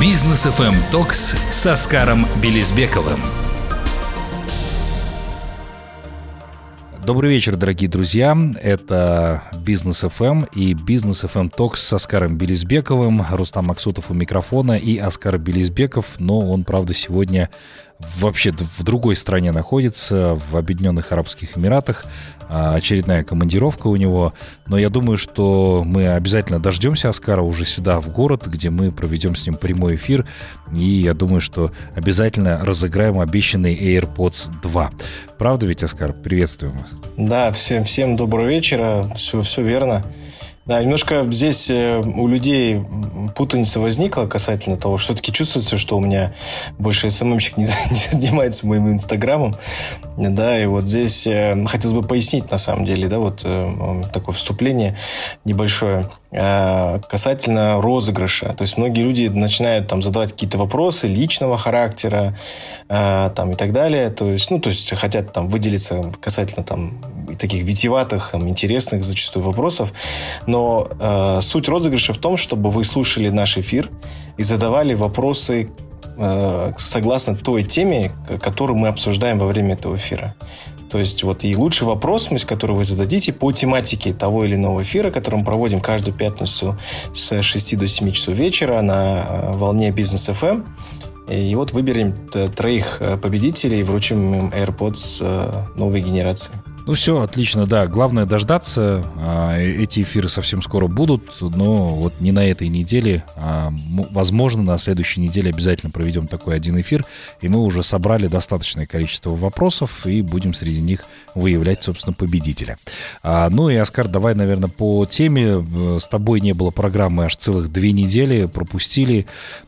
Бизнес FM Talks с Оскаром Белезбековым. Добрый вечер, дорогие друзья. Это Бизнес FM и Бизнес FM Talks с Оскаром Белезбековым. Рустам Максутов у микрофона и Оскар Белезбеков, но он, правда, сегодня вообще в другой стране находится, в Объединенных Арабских Эмиратах. Очередная командировка у него. Но я думаю, что мы обязательно дождемся Оскара уже сюда, в город, где мы проведем с ним прямой эфир. И я думаю, что обязательно разыграем обещанный AirPods 2. Правда ведь, Оскар? Приветствуем вас. Да, всем доброго вечера. Все верно. Да, немножко здесь у людей путаница возникла касательно того, что все-таки чувствуется, что у меня больше СММщик не занимается моим инстаграмом. Да, и вот здесь хотелось бы пояснить, на самом деле, да, вот такое вступление небольшое касательно розыгрыша. То есть многие люди начинают там задавать какие-то вопросы личного характера там, и так далее. То есть хотят там выделиться касательно там таких витиеватых, интересных зачастую вопросов. Но суть розыгрыша в том, чтобы вы слушали наш эфир и задавали вопросы согласно той теме, которую мы обсуждаем во время этого эфира. То есть вот и лучший вопрос, который вы зададите по тематике того или иного эфира, который мы проводим каждую пятницу с 6 до 7 часов вечера на волне Бизнес FM. И вот выберем 3 победителей и вручим им AirPods новой генерации. Ну все, отлично, да. Главное дождаться. Эти эфиры совсем скоро будут, но вот не на этой неделе, возможно, на следующей неделе обязательно проведем такой один эфир, и мы уже собрали достаточное количество вопросов и будем среди них выявлять, собственно, победителя. Ну и, Оскар, давай, наверное, по теме. С тобой не было программы аж целых 2 недели, пропустили,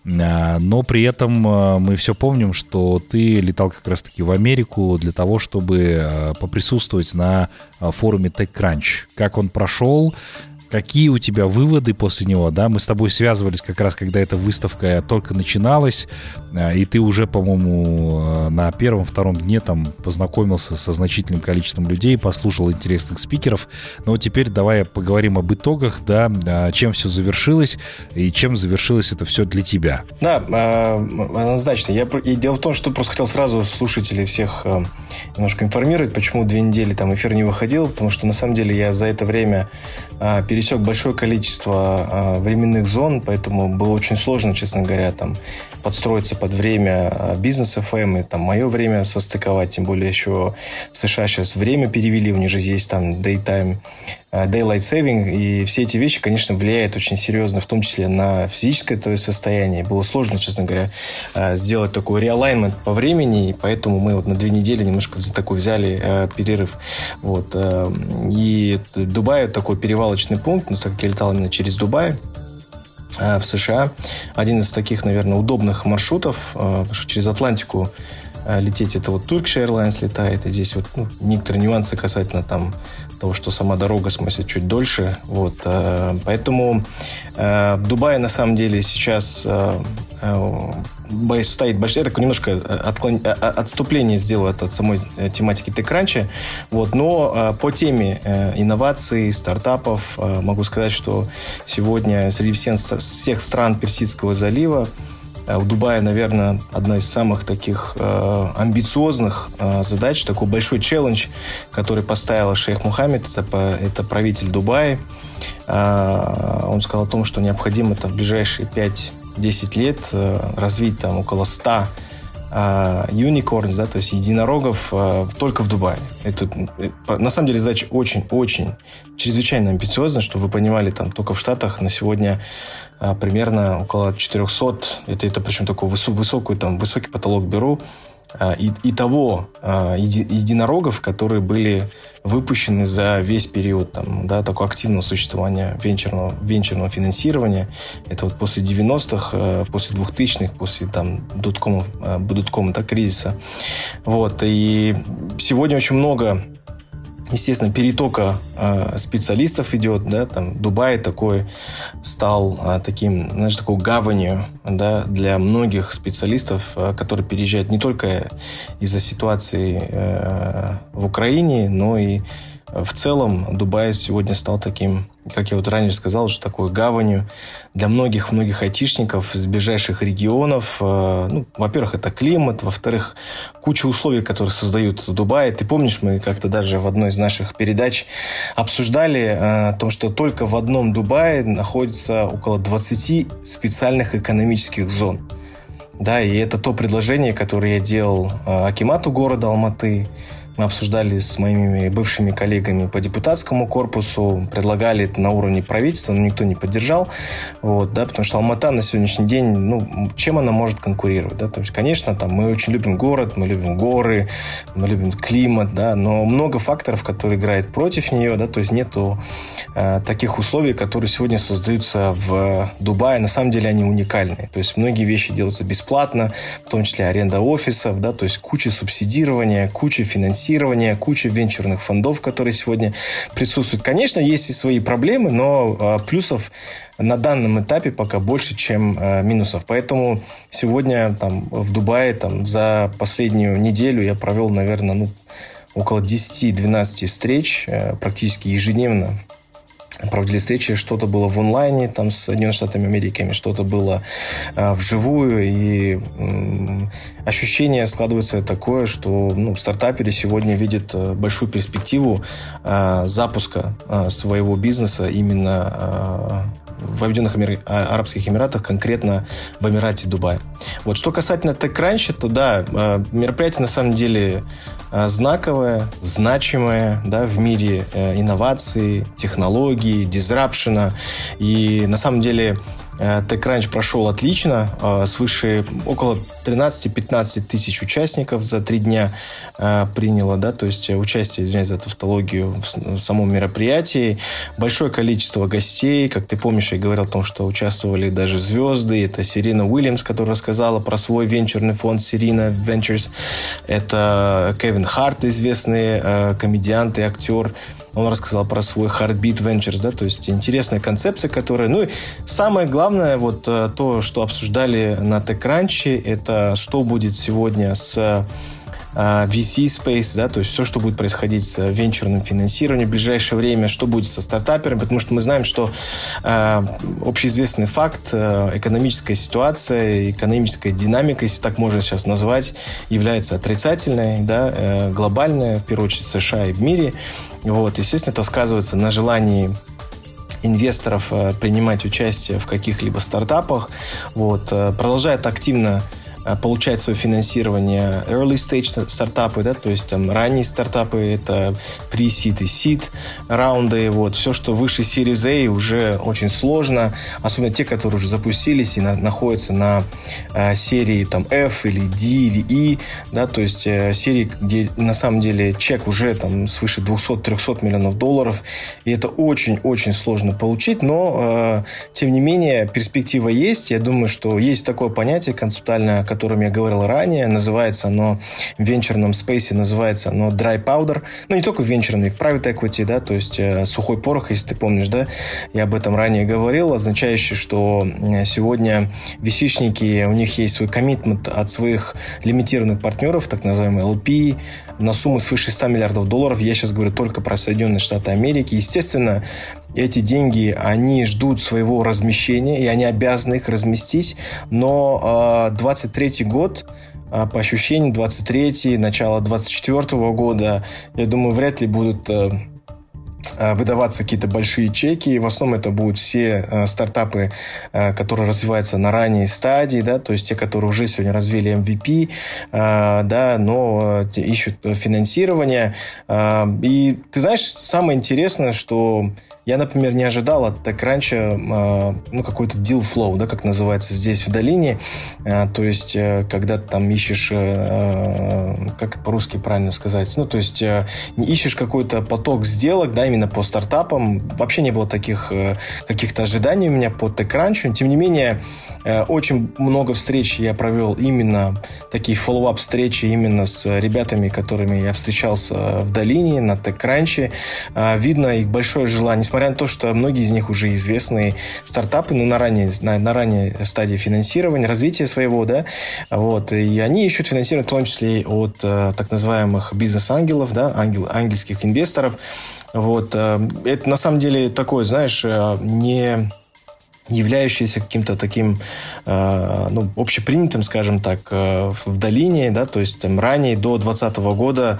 но при этом мы все помним, что ты летал как раз-таки в Америку для того, чтобы поприсутствовать на форуме TechCrunch. Как он прошел? Какие у тебя выводы после него? Да, мы с тобой связывались как раз, когда эта выставка только начиналась, и ты уже, по-моему, на 1-2 дне там познакомился со значительным количеством людей, послушал интересных спикеров. Но теперь давай поговорим об итогах, да, чем все завершилось и чем завершилось это все для тебя. Да, однозначно. И дело в том, что просто хотел сразу слушателей всех немножко информировать, почему 2 недели там эфир не выходил, потому что на самом деле я за это время пересек большое количество временных зон, поэтому было очень сложно, честно говоря, там подстроиться под время Бизнес FM и там мое время состыковать, тем более еще в США сейчас время перевели, у них же есть там Daylight Saving, и все эти вещи, конечно, влияют очень серьезно, в том числе на физическое твое состояние. Было сложно, честно говоря, сделать такой реалайнмент по времени, и поэтому мы вот на 2 недели немножко такой взяли перерыв. Вот. И Дубай такой перевалочный пункт, так как я летал именно через Дубай в США. Один из таких, наверное, удобных маршрутов, потому что через Атлантику лететь, это вот Turkish Airlines летает, и здесь вот некоторые нюансы касательно там того, что сама дорога, в смысле, чуть дольше. Вот. Поэтому в Дубае, на самом деле, сейчас стоит большой... Я такое немножко отступление сделаю от самой тематики TechCrunch. Вот. Но по теме инноваций, стартапов могу сказать, что сегодня среди всех стран Персидского залива у Дубая, наверное, одна из самых таких амбициозных задач, такой большой челлендж, который поставил шейх Мухаммед, это правитель Дубая. Он сказал о том, что необходимо в ближайшие 5-10 лет развить там около 100 unicorns, да, то есть единорогов только в Дубае. Это на самом деле задача очень-очень чрезвычайно амбициозная, чтобы вы понимали, там только в Штатах на сегодня примерно около 400, это причем такой высокий потолок беру, того единорогов, которые были выпущены за весь период там, да, такого активного существования венчурного финансирования. Это вот после 90-х, после 2000-х, после там доткома, кризиса. Вот. И сегодня очень много, естественно, перетока специалистов идет, да, там Дубай такой стал таким, знаешь, такой гаванью, да, для многих специалистов, которые переезжают не только из-за ситуации в Украине, но и в целом Дубай сегодня стал таким, как я вот ранее сказал, что такой гаванью для многих айтишников из ближайших регионов. Ну, во-первых, это климат, во-вторых, куча условий, которые создают в Дубае. Ты помнишь, мы как-то даже в одной из наших передач обсуждали о том, что только в одном Дубае находится около 20 специальных экономических зон. Да, и это то предложение, которое я делал акимату города Алматы. Мы обсуждали с моими бывшими коллегами по депутатскому корпусу, предлагали это на уровне правительства, но никто не поддержал. Вот, да, потому что Алмата на сегодняшний день, ну, чем она может конкурировать? Да? То есть, конечно, там, мы очень любим город, мы любим горы, мы любим климат, да, но много факторов, которые играют против нее. Да? То есть нету таких условий, которые сегодня создаются в Дубае. На самом деле они уникальные. То есть многие вещи делаются бесплатно, в том числе аренда офисов, да? То есть куча субсидирования, куча финансирования, куча венчурных фондов, которые сегодня присутствуют. Конечно, есть и свои проблемы, но плюсов на данном этапе пока больше, чем минусов. Поэтому сегодня там, в Дубае там, за последнюю неделю я провел, наверное, около 10-12 встреч практически ежедневно. Проводили встречи, что-то было в онлайне там, с Соединенными Штатами Америки, что-то было вживую. И ощущение складывается такое, что стартаперы сегодня видят большую перспективу запуска своего бизнеса именно в Объединенных Арабских Эмиратах, конкретно в Эмирате Дубай. Вот. Что касательно TechCrunch, то да, мероприятие на самом деле знаковое, значимое, да, в мире инноваций, технологий, дизрапшена. И на самом деле TechCrunch прошел отлично, свыше около 13-15 тысяч участников за 3 дня приняло, да, то есть участие, извиняюсь за тавтологию, в самом мероприятии. Большое количество гостей, как ты помнишь, я говорил о том, что участвовали даже звезды. Это Серена Уильямс, которая рассказала про свой венчурный фонд Serena Ventures. Это Кевин Харт, известный комедиант и актер. Он рассказал про свой Heartbeat Ventures, да, то есть интересная концепция, которая... Ну и самое главное, вот то, что обсуждали на TechCrunch, это что будет сегодня с VC Space, да, то есть все, что будет происходить с венчурным финансированием в ближайшее время, что будет со стартаперами, потому что мы знаем, что общеизвестный факт, экономическая ситуация, экономическая динамика, если так можно сейчас назвать, является отрицательной, да, глобальная, в первую очередь в США и в мире. Вот, естественно, это сказывается на желании инвесторов принимать участие в каких-либо стартапах. Вот, продолжает активно получать свое финансирование early stage стартапы, да, то есть там ранние стартапы, это pre-seed и seed раунды, вот, все, что выше Series A, уже очень сложно, особенно те, которые уже запустились и находятся на серии там F или D или E, да, то есть серии, где на самом деле чек уже там свыше 200-300 миллионов долларов, и это очень-очень сложно получить, но тем не менее перспектива есть. Я думаю, что есть такое понятие концептуальное, о котором я говорил ранее, называется оно в венчурном спейсе, называется оно dry powder, ну не только в венчурном, и в private equity, да, то есть сухой порох, если ты помнишь, да, я об этом ранее говорил, означающий, что сегодня VC-шники, у них есть свой коммитмент от своих лимитированных партнеров, так называемые LP, на сумму свыше 100 миллиардов долларов. Я сейчас говорю только про Соединенные Штаты Америки. Естественно, эти деньги, они ждут своего размещения, и они обязаны их разместить. Но 23-й год, по ощущениям, 23-й, начало 24-го года, я думаю, вряд ли будут выдаваться какие-то большие чеки. В основном это будут все стартапы, которые развиваются на ранней стадии, да, то есть те, которые уже сегодня развили MVP, да, но ищут финансирование. И ты знаешь, самое интересное, что я, например, не ожидал от TechCrunch какой-то deal flow, да, как называется здесь в долине. То есть, когда ты там ищешь, как это по-русски правильно сказать, ну, то есть, ищешь какой-то поток сделок, да, именно по стартапам. Вообще не было таких каких-то ожиданий у меня по TechCrunch. Тем не менее, очень много встреч я провел именно такие follow-up встречи именно с ребятами, которыми я встречался в долине на TechCrunch. Видно их большое желание, несмотря несмотря на то, что многие из них уже известные стартапы, но на ранней стадии финансирования, развития своего, да, вот, и они ищут финансирование в том числе от так называемых бизнес-ангелов, да, ангельских инвесторов, вот, это на самом деле такое, знаешь, не являющийся каким-то таким, общепринятым, скажем так, в долине, да, то есть там ранее, до 2020 года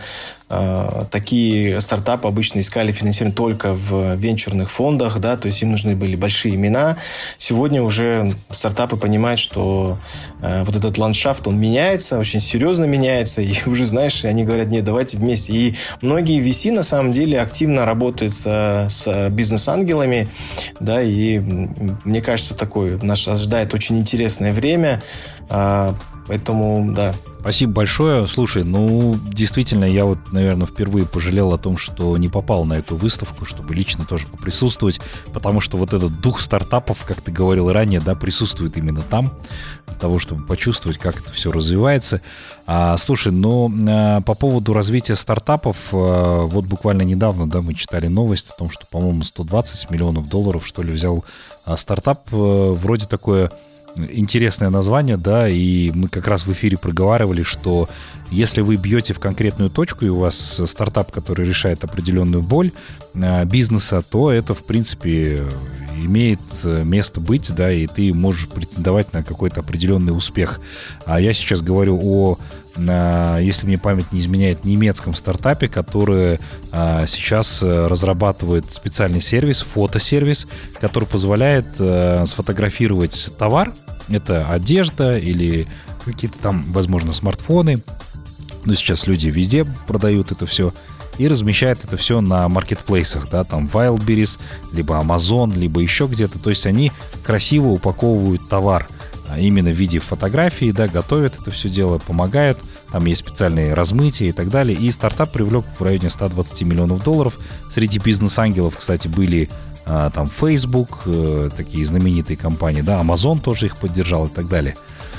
такие стартапы обычно искали финансирование только в венчурных фондах, да, то есть им нужны были большие имена. Сегодня уже стартапы понимают, что вот этот ландшафт, он меняется, очень серьезно меняется, и уже, знаешь, они говорят, нет, давайте вместе. И многие VC, на самом деле, активно работают с бизнес-ангелами, да, и мне кажется, нас ожидает очень интересное время, поэтому, да. Спасибо большое. Слушай, действительно, я вот, наверное, впервые пожалел о том, что не попал на эту выставку, чтобы лично тоже поприсутствовать, потому что вот этот дух стартапов, как ты говорил ранее, да, присутствует именно там, для того, чтобы почувствовать, как это все развивается. Слушай, по поводу развития стартапов, вот буквально недавно, да, мы читали новость о том, что, по-моему, $120 миллионов, что ли, взял стартап, вроде такое интересное название, да, и мы как раз в эфире проговаривали, что если вы бьете в конкретную точку, и у вас стартап, который решает определенную боль бизнеса, то это, в принципе, имеет место быть, да, и ты можешь претендовать на какой-то определенный успех. А я сейчас говорю о, если мне память не изменяет, немецком стартапе, который сейчас разрабатывает специальный сервис, фотосервис, который позволяет сфотографировать товар. Это одежда или какие-то там, возможно, смартфоны. Но сейчас люди везде продают это все и размещают это все на маркетплейсах, да, там Wildberries, либо Amazon, либо еще где-то. То есть они красиво упаковывают товар именно в виде фотографии, да, готовят это все дело, помогают. Там есть специальные размытия и так далее. И стартап привлек в районе $120 миллионов. Среди бизнес-ангелов, кстати, были там Facebook, такие знаменитые компании, да, Amazon тоже их поддержал и так далее.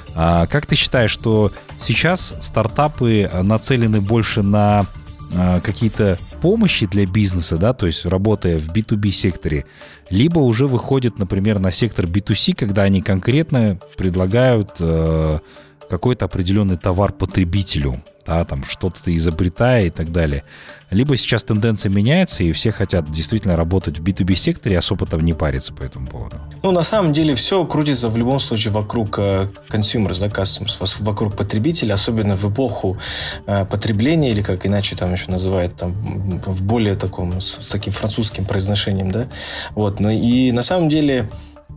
Как ты считаешь, что сейчас стартапы нацелены больше на какие-то помощи для бизнеса, да, то есть работая в B2B секторе, либо уже выходят, например, на сектор B2C, когда они конкретно предлагают какой-то определенный товар потребителю, да, там что-то изобретая и так далее. Либо сейчас тенденция меняется, и все хотят действительно работать в B2B секторе, особо там не париться по этому поводу. На самом деле все крутится в любом случае вокруг consumers, да, customers, вокруг потребителя, особенно в эпоху потребления, или как иначе там еще называют, там, в более таком, с таким французским произношением, да, вот, и на самом деле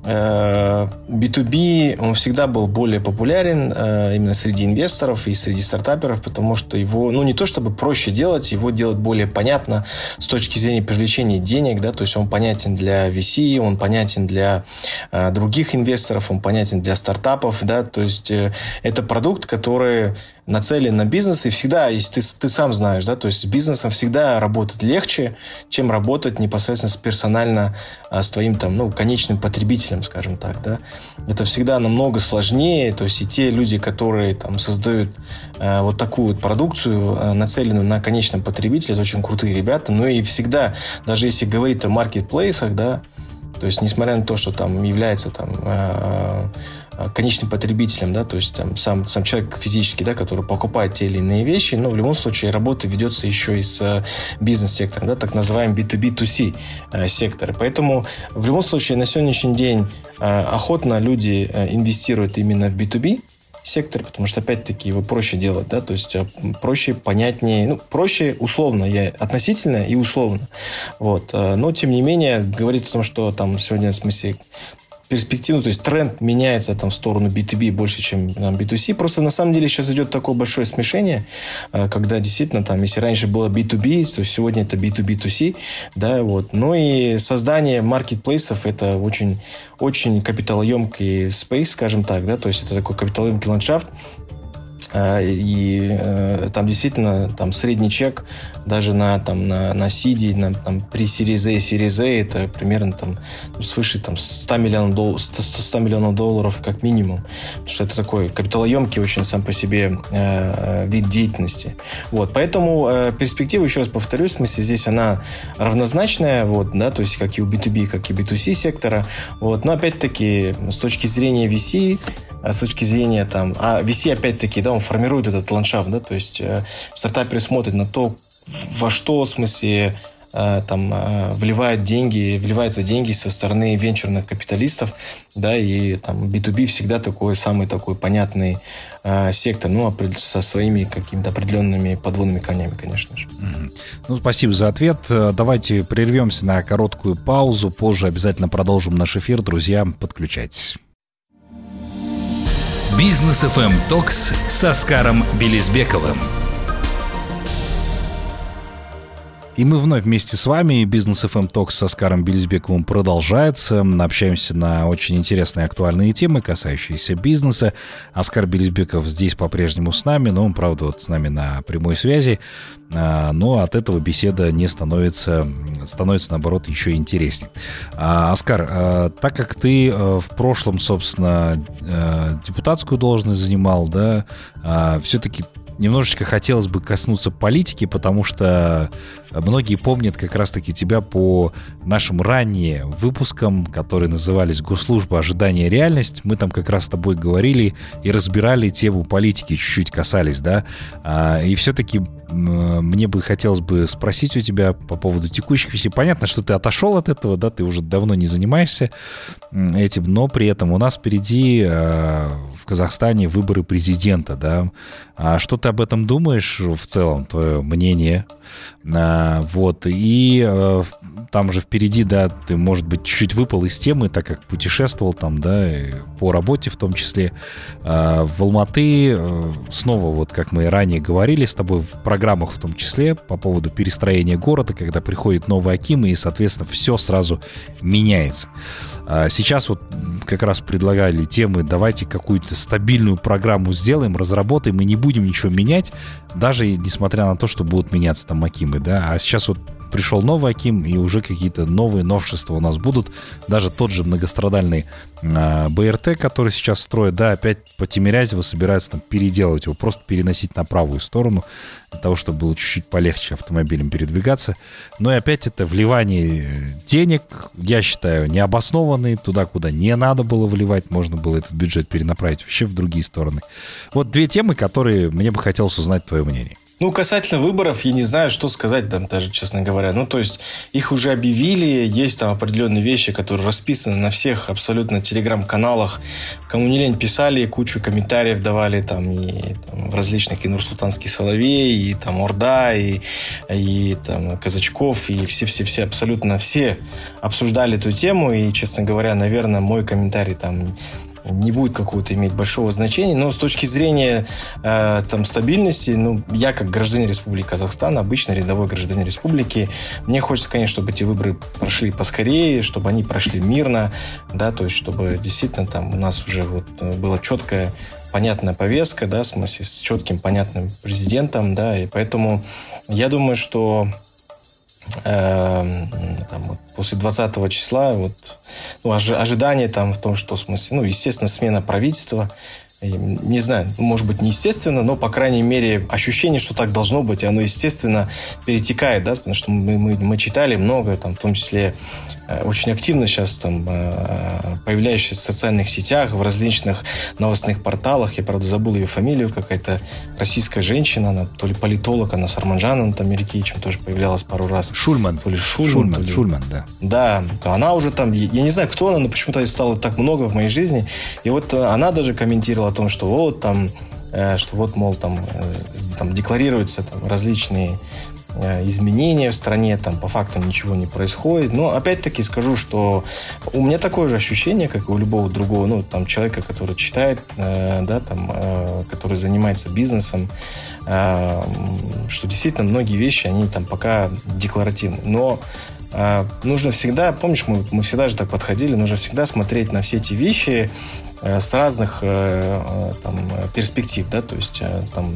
B2B, он всегда был более популярен именно среди инвесторов и среди стартаперов, потому что его, не то чтобы проще делать, его делать более понятно с точки зрения привлечения денег, да, то есть он понятен для VC, он понятен для других инвесторов, он понятен для стартапов, да, то есть это продукт, который нацелен на бизнес, и всегда, если ты сам знаешь, да, то есть с бизнесом всегда работать легче, чем работать непосредственно персонально с твоим там, конечным потребителем, скажем так, да. Это всегда намного сложнее, то есть и те люди, которые там создают вот такую вот продукцию, нацеленную на конечном потребителе, это очень крутые ребята, но и всегда, даже если говорить о маркетплейсах, да, то есть несмотря на то, что там является там конечным потребителем, да, то есть там сам человек физически, да, который покупает те или иные вещи, но в любом случае работа ведется еще и с бизнес-сектором, да, так называемый B2B2C секторы. Поэтому в любом случае на сегодняшний день охотно люди инвестируют именно в B2B сектор, потому что, опять-таки, его проще делать, да, то есть проще, понятнее, проще условно, относительно и условно, вот, но, тем не менее, говорит о том, что там сегодня, в смысле, перспективно, то есть тренд меняется там в сторону B2B больше, чем B2C. Просто на самом деле сейчас идет такое большое смешение, когда действительно там, если раньше было B2B, то сегодня это B2B2C, да, вот. Ну и создание маркетплейсов это очень, очень капиталоемкий space, скажем так, да, то есть это такой капиталоемкий ландшафт. И там действительно там средний чек даже на сиди, при Series A, Series A это примерно свыше 100 миллионов долларов как минимум. Потому что это такой капиталоемкий очень сам по себе вид деятельности. Вот. Поэтому перспектива, еще раз повторюсь, в смысле здесь она равнозначная, то есть как и у B2B, как и B2C сектора. Вот. Но опять-таки с точки зрения VC, с точки зрения VC опять-таки, он формирует этот ландшафт, то есть стартаперы смотрят на то, во что, в смысле, вливаются деньги со стороны венчурных капиталистов, и B2B всегда самый такой понятный сектор, со своими какими-то определенными подводными камнями, конечно же. Спасибо за ответ. Давайте прервемся на короткую паузу, позже обязательно продолжим наш эфир. Друзья, подключайтесь. Бизнес FM Talks с Оскаром Белезбековым. И мы вновь вместе с вами. Бизнес FM Talks с Оскаром Белезбековым продолжается. Общаемся на очень интересные актуальные темы, касающиеся бизнеса. Оскар Белезбеков здесь по-прежнему с нами, но он, правда, с нами на прямой связи. Но от этого беседа не становится, наоборот, еще интереснее. Оскар, так как ты в прошлом, собственно, депутатскую должность занимал, все-таки немножечко хотелось бы коснуться политики, потому что многие помнят как раз-таки тебя по нашим ранним выпускам, которые назывались «Госслужба. Ожидание. Реальность». Мы там как раз с тобой говорили и разбирали тему политики, чуть-чуть касались, и все-таки мне бы хотелось бы спросить у тебя по поводу текущих вещей. Понятно, что ты отошел от этого, ты уже давно не занимаешься этим, но при этом у нас впереди в Казахстане выборы президента, Что ты об этом думаешь в целом, твое мнение? И там же впереди, ты, может быть, чуть-чуть выпал из темы, так как путешествовал там, по работе в том числе. В Алматы снова, как мы ранее говорили с тобой в программах в том числе, по поводу перестроения города, когда приходит новый аким, и, соответственно, все сразу меняется. Сейчас как раз предлагали темы, давайте какую-то стабильную программу сделаем, разработаем и не будем ничего менять, даже несмотря на то, что будут меняться там акимы, А сейчас пришел новый аким, и уже какие-то новые новшества у нас будут. Даже тот же многострадальный БРТ, который сейчас строят, опять по Тимирязево собираются переделывать его, просто переносить на правую сторону, для того, чтобы было чуть-чуть полегче автомобилям передвигаться. Но и опять это вливание денег, я считаю, необоснованные, туда, куда не надо было вливать, можно было этот бюджет перенаправить вообще в другие стороны. Вот две темы, которые мне бы хотелось узнать твое мнение. Касательно выборов, я не знаю, что сказать даже, честно говоря. То есть, их уже объявили, есть там определенные вещи, которые расписаны на всех абсолютно телеграм-каналах. Кому не лень, писали, кучу комментариев давали в различных и Нурсултанский Соловей, и Орда, и Казачков, и все, абсолютно все обсуждали эту тему. И, честно говоря, наверное, мой комментарий не будет какого-то иметь большого значения, но с точки зрения стабильности, я как гражданин Республики Казахстан, обычно рядовой гражданин республики, мне хочется, конечно, чтобы эти выборы прошли поскорее, чтобы они прошли мирно, то есть чтобы действительно у нас уже была четкая, понятная повестка, в смысле с четким, понятным президентом, и поэтому я думаю, что после 20 числа ожидание в том, что в смысле, естественно, смена правительства, не знаю, может быть, не естественно, но, по крайней мере, ощущение, что так должно быть, и оно, естественно, перетекает, потому что мы читали много, в том числе очень активно сейчас появляющаяся в социальных сетях, в различных новостных порталах. Я, правда, забыл ее фамилию, какая-то российская женщина, она то ли политолог, она с Арманджаном Мерикевичем тоже появлялась пару раз. Шульман. То ли Шульман, да. Да, она уже я не знаю, кто она, но почему-то стало так много в моей жизни. И она даже комментировала о том, что мол, декларируются различные изменения в стране, по факту ничего не происходит. Но опять-таки скажу, что у меня такое же ощущение, как и у любого другого, человека, который читает, который занимается бизнесом, что действительно многие вещи, они пока декларативны. Но нужно всегда, помнишь, мы всегда же так подходили, нужно всегда смотреть на все эти вещи с разных там перспектив, да, то есть там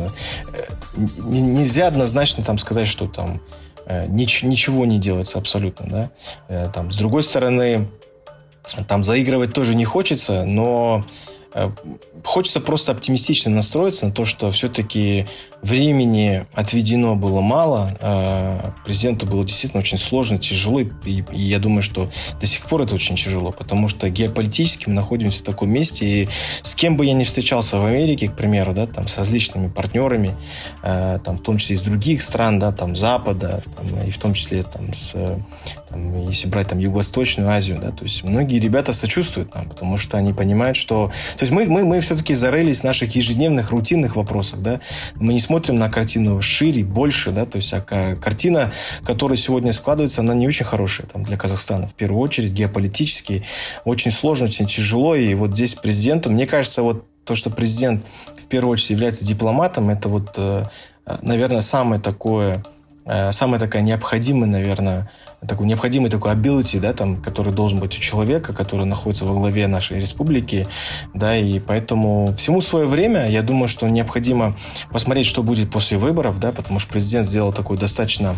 нельзя однозначно там сказать, что там ничего не делается абсолютно, да. Там, с другой стороны, там заигрывать тоже не хочется, но хочется просто оптимистично настроиться на то, что все-таки времени отведено было мало. Президенту было действительно очень сложно, тяжело. И я думаю, что до сих пор это очень тяжело, потому что геополитически мы находимся в таком месте. И с кем бы я ни встречался в Америке, к примеру, да, там, с различными партнерами, там, в том числе из других стран, да, там, Запада, там, и в том числе там, если брать там, Юго-Восточную Азию, да, то есть многие ребята сочувствуют нам, потому что они понимают, что... То есть мы все-таки зарылись в наших ежедневных, рутинных вопросах, да, мы не смотрим на картину шире, больше, да, то есть картина, которая сегодня складывается, она не очень хорошая там, для Казахстана, в первую очередь, геополитически, очень сложно, очень тяжело, и вот здесь президенту, мне кажется, вот то, что президент в первую очередь является дипломатом, это вот, наверное, самая такая необходимая, наверное, необходимый такой ability, да, там, который должен быть у человека, который находится во главе нашей республики, да, и поэтому всему свое время, я думаю, что необходимо посмотреть, что будет после выборов, да, потому что президент сделал такой достаточно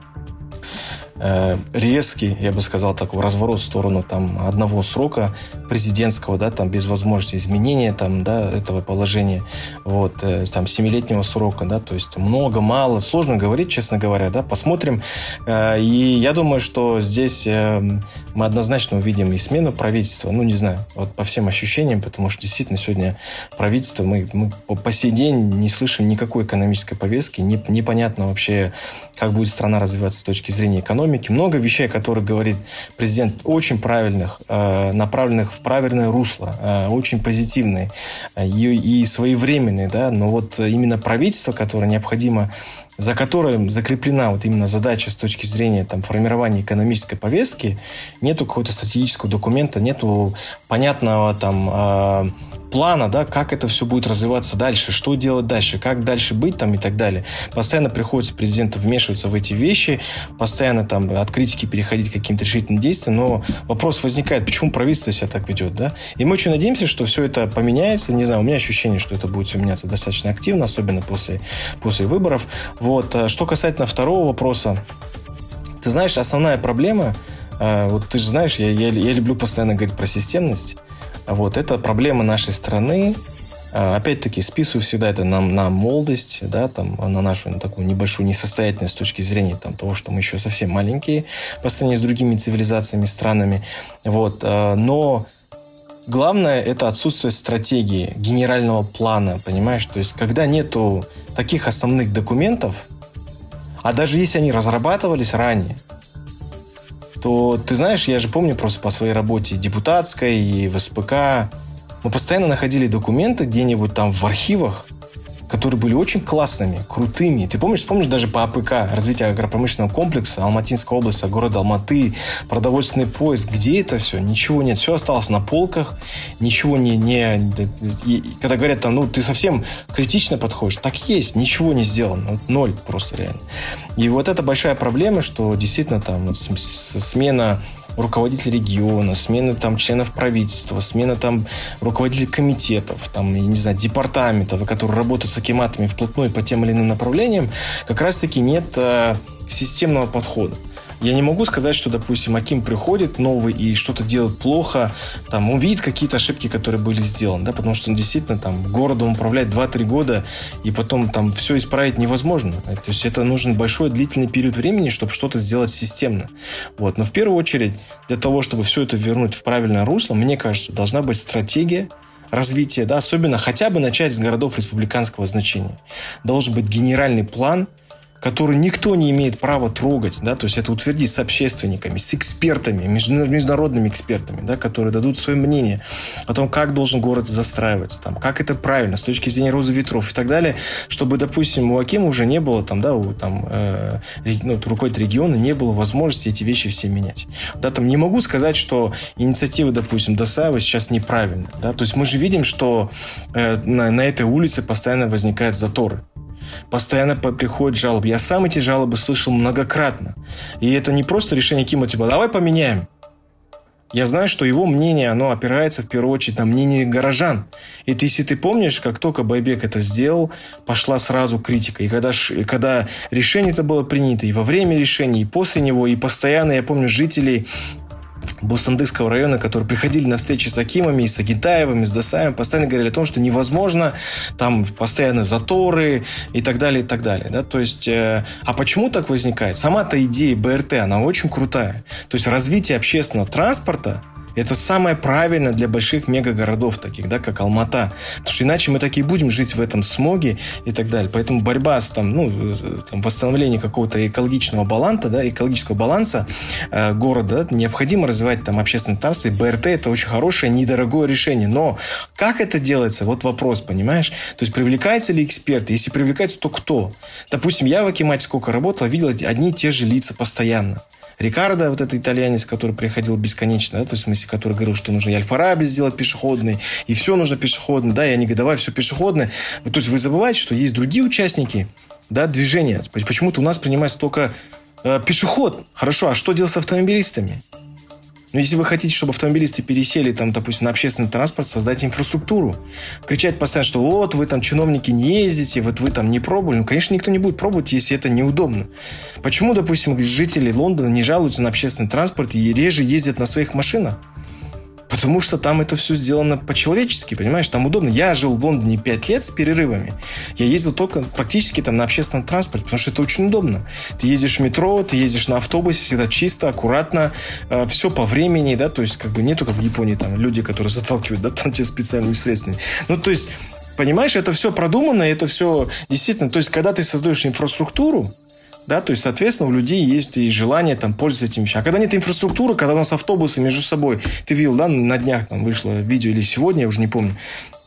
резкий, я бы сказал, такой разворот в сторону там одного срока президентского, да, там без возможности изменения там, да, этого положения, вот, там 7-летнего срока, да, то есть много, мало, сложно говорить, честно говоря, да, посмотрим, и я думаю, что здесь мы однозначно увидим и смену правительства, ну, не знаю, вот по всем ощущениям, потому что действительно сегодня правительство, мы по сей день не слышим никакой экономической повестки, непонятно вообще, как будет страна развиваться с точки зрения экономики. Много вещей, о которых говорит президент, очень правильных, направленных в правильное русло, очень позитивные и своевременные, да, но вот именно правительство, которое необходимо, за которым закреплена вот именно задача с точки зрения там, формирования экономической повестки, нету какого-то стратегического документа, нету понятного там плана, да, как это все будет развиваться дальше, что делать дальше, как дальше быть там и так далее. Постоянно приходится президенту вмешиваться в эти вещи, постоянно там от критики переходить к каким-то решительным действиям, но вопрос возникает, почему правительство себя так ведет, да? И мы очень надеемся, что все это поменяется, не знаю, у меня ощущение, что это будет все меняться достаточно активно, особенно после выборов. Вот. Что касательно второго вопроса, ты знаешь, основная проблема, вот ты же знаешь, я люблю постоянно говорить про системность. Вот, это проблема нашей страны. Опять-таки, списываю всегда это на молодость, да, там, на нашу такую небольшую несостоятельность с точки зрения там, того, что мы еще совсем маленькие по сравнению с другими цивилизациями, странами. Вот, но главное – это отсутствие стратегии, генерального плана, понимаешь? То есть, когда нету таких основных документов, а даже если они разрабатывались ранее, то, ты знаешь, я же помню просто по своей работе депутатской и в СПК, мы постоянно находили документы где-нибудь там в архивах, которые были очень классными, крутыми. Ты помнишь даже по АПК, развитие агропромышленного комплекса, Алматинская область, город Алматы, продовольственный пояс, где это все? Ничего нет, все осталось на полках, ничего и когда говорят там, ну, ты совсем критично подходишь, так есть, ничего не сделано, ноль просто реально. И вот это большая проблема, что действительно там вот смена руководителей региона, смена там членов правительства, смена там руководителей комитетов, там, я не знаю, департаментов, которые работают с акиматами вплотную по тем или иным направлениям, как раз-таки нет системного подхода. Я не могу сказать, что, допустим, аким приходит новый и что-то делает плохо, там, он видит какие-то ошибки, которые были сделаны, да, потому что он действительно там городом управляет 2-3 года, и потом там все исправить невозможно. То есть это нужен большой длительный период времени, чтобы что-то сделать системно. Вот. Но в первую очередь, для того, чтобы все это вернуть в правильное русло, мне кажется, должна быть стратегия развития, да, особенно хотя бы начать с городов республиканского значения. Должен быть генеральный план, который никто не имеет права трогать, да, то есть это утвердить с общественниками, с экспертами, международными экспертами, да, которые дадут свое мнение о том, как должен город застраиваться, там, как это правильно с точки зрения розы ветров и так далее, чтобы, допустим, у акима уже не было, там, да, руководителя региона не было возможности эти вещи все менять. Да, там не могу сказать, что инициатива, допустим, Досаева сейчас неправильная, да, то есть мы же видим, что на этой улице постоянно возникают заторы. Постоянно приходят жалобы. Я сам эти жалобы слышал многократно. И это не просто решение акима, типа, давай поменяем. Я знаю, что его мнение, оно опирается в первую очередь на мнение горожан. И если ты помнишь, как только Байбек это сделал, пошла сразу критика. И когда решение это было принято, и во время решения, и после него, и постоянно, я помню, жителей Бостандыкского района, которые приходили на встречи с Акимами, с Агентаевым, с Досаевым, постоянно говорили о том, что невозможно, там постоянно заторы и так далее, и так далее. Да? То есть, а почему так возникает? Сама-то идея БРТ, она очень крутая. То есть, развитие общественного транспорта это самое правильное для больших мегагородов таких, да, как Алмата. Потому что иначе мы так и будем жить в этом смоге и так далее. Поэтому борьба с восстановлением какого-то экологического баланса города, необходимо развивать там общественный транспорт. И БРТ это очень хорошее, недорогое решение. Но как это делается? Вот вопрос, понимаешь? То есть привлекаются ли эксперты? Если привлекаются, то кто? Допустим, я в Акимате сколько работал, видел одни и те же лица постоянно. Рикардо, вот этот итальянец, который приходил бесконечно, да, то есть, в смысле, который говорил, что нужно и Аль-Фараби сделать пешеходный, и все нужно пешеходно, да, и они говорят, давай все пешеходное. То есть вы забываете, что есть другие участники, да, движения. Почему-то у нас принимается только пешеход. Хорошо, а что делать с автомобилистами? Но если вы хотите, чтобы автомобилисты пересели, там, допустим, на общественный транспорт, создать инфраструктуру. Кричать постоянно, что вот вы там, чиновники, не ездите, вот вы там не пробовали. Ну, конечно, никто не будет пробовать, если это неудобно. Почему, допустим, жители Лондона не жалуются на общественный транспорт и реже ездят на своих машинах? Потому что там это все сделано по-человечески, понимаешь? Там удобно. Я жил в Лондоне 5 лет с перерывами. Я ездил только практически там на общественном транспорте, потому что это очень удобно. Ты ездишь в метро, ты ездишь на автобусе, всегда чисто, аккуратно, все по времени, да, то есть как бы нету, как в Японии, там люди, которые заталкивают, да, там те специальными средствами. Ну, то есть, понимаешь, это все продумано, это все действительно, то есть, когда ты создаешь инфраструктуру, да, то есть, соответственно, у людей есть и желание там пользоваться этим вещами. А когда нет инфраструктуры, когда у нас автобусы между собой, ты видел, да, на днях там вышло видео или сегодня, я уже не помню,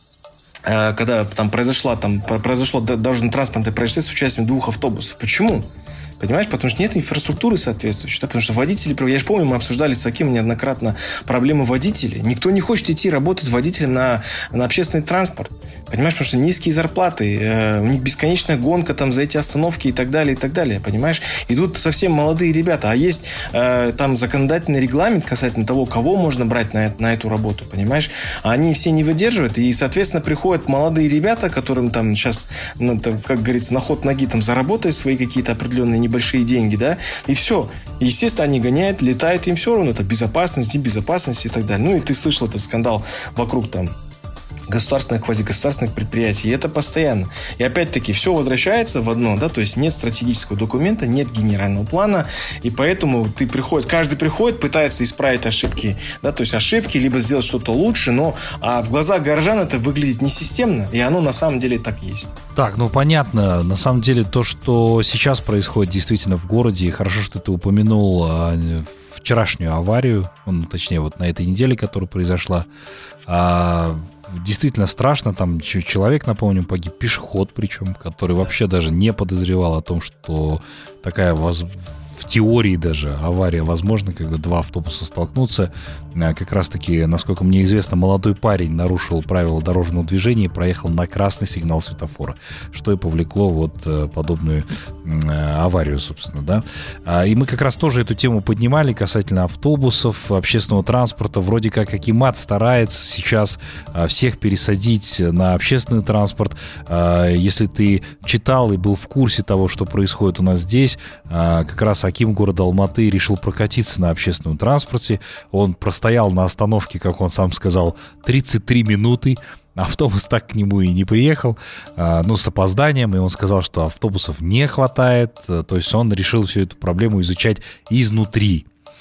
когда там произошло дорожно-транспортное происшествие с участием 2 автобусов. Почему? Понимаешь, потому что нет инфраструктуры соответствующей, да? Потому что водители, я же помню, мы обсуждали с Акимом неоднократно проблемы водителей. Никто не хочет идти работать водителем на общественный транспорт. Понимаешь, потому что низкие зарплаты, у них бесконечная гонка там за эти остановки и так далее, понимаешь? Идут совсем молодые ребята, а есть там законодательный регламент касательно того, кого можно брать на эту работу, понимаешь? А они все не выдерживают, и, соответственно, приходят молодые ребята, которым там сейчас, там, как говорится, на ход ноги там заработают свои какие-то определенные небольшие деньги, да, и все. И, естественно, они гоняют, летают, им все равно, это безопасность, небезопасность и так далее. Ну, и ты слышал этот скандал вокруг там государственных, квазигосударственных предприятий. И это постоянно. И опять-таки все возвращается в одно, да, то есть нет стратегического документа, нет генерального плана, и поэтому каждый приходит, пытается исправить ошибки, да, то есть ошибки, либо сделать что-то лучше, но в глазах горожан это выглядит несистемно, и оно на самом деле так и есть. Так, ну понятно, на самом деле то, что сейчас происходит действительно в городе, и хорошо, что ты упомянул вчерашнюю аварию, точнее вот на этой неделе, которая произошла, действительно страшно, там человек, напомню, погиб, пешеход причем, который вообще даже не подозревал о том, что такая в теории даже авария возможна, когда 2 автобуса столкнутся. Как раз-таки, насколько мне известно, молодой парень нарушил правила дорожного движения и проехал на красный сигнал светофора, что и повлекло вот подобную аварию, собственно, да. И мы как раз тоже эту тему поднимали касательно автобусов, общественного транспорта. Вроде как Акимат старается сейчас всех пересадить на общественный транспорт. Если ты читал и был в курсе того, что происходит у нас здесь, как раз Аким города Алматы решил прокатиться на общественном транспорте. Он простоял на остановке, как он сам сказал, 33 минуты. Автобус так к нему и не приехал, с опозданием, и он сказал, что автобусов не хватает, то есть он решил всю эту проблему изучать изнутри.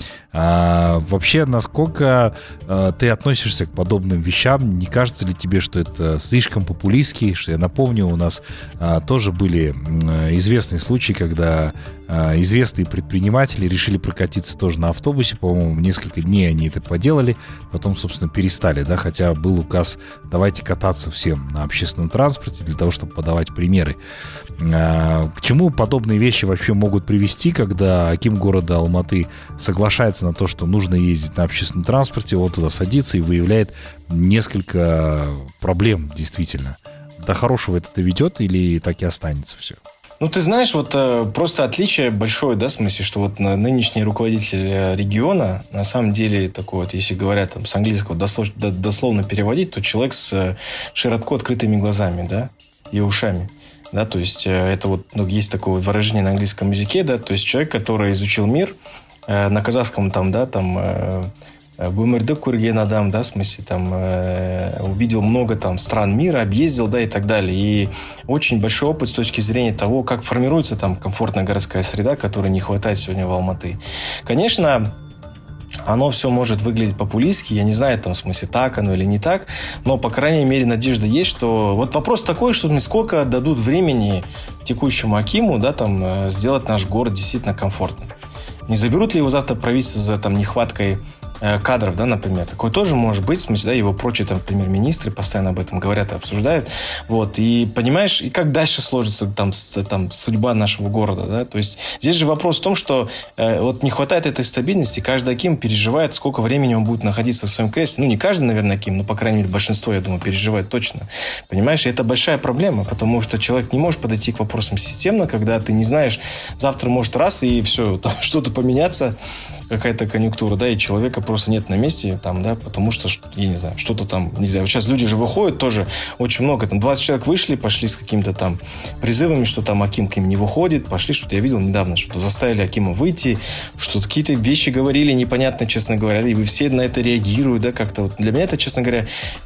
Вообще, насколько ты относишься к подобным вещам? Не кажется ли тебе, что это слишком популистски? Что я напомню, у нас тоже были известные случаи, когда известные предприниматели решили прокатиться тоже на автобусе. По-моему, несколько дней они это поделали, потом, собственно, перестали, да, хотя был указ давайте кататься всем на общественном транспорте для того, чтобы подавать примеры. К чему подобные вещи вообще могут привести, когда аким города Алматы соглашается на то, что нужно ездить на общественном транспорте, он туда садится и выявляет несколько проблем действительно. До хорошего это ведет или так и останется все? Ну, ты знаешь, вот просто отличие большое, да, в смысле, что вот нынешний руководитель региона, на самом деле, такой вот, если говорят там с английского дословно переводить, то человек с широко открытыми глазами, да, и ушами. Да, то есть это вот, ну, есть такое выражение на английском языке, да, то есть человек, который изучил мир, на казахском там, да, там Бумердык Курген Адам, да, в смысле, там, увидел много там стран мира, объездил, да, и так далее. И очень большой опыт с точки зрения того, как формируется там комфортная городская среда, которой не хватает сегодня в Алматы. Конечно, оно все может выглядеть популистски, я не знаю, там, в смысле, так оно или не так, но, по крайней мере, надежда есть, что... Вот вопрос такой, что сколько дадут времени текущему акиму, да, там, сделать наш город действительно комфортным. Не заберут ли его завтра правительство за там нехваткой кадров, да, например. Такое тоже может быть, в смысле, да, его прочие там премьер-министры постоянно об этом говорят и обсуждают. Вот, и понимаешь, и как дальше сложится там судьба нашего города, да, то есть здесь же вопрос в том, что вот не хватает этой стабильности, каждый аким переживает, сколько времени он будет находиться в своем кресле. Ну, не каждый, наверное, аким, но, по крайней мере, большинство, я думаю, переживает точно. Понимаешь, и это большая проблема, потому что человек не может подойти к вопросам системно, когда ты не знаешь, завтра может раз и все, там что-то поменяться, какая-то конъюнктура, да, и человека просто нет на месте, там, да, потому что, я не знаю, что-то там, не знаю, сейчас люди же выходят тоже очень много, там, 20 человек вышли, пошли с какими-то там призывами, что там аким к ним не выходит, пошли, что-то я видел недавно, что заставили акима выйти, что какие-то вещи говорили непонятно, честно говоря, и вы все на это реагируют, да, как-то вот. Для меня это, честно говоря,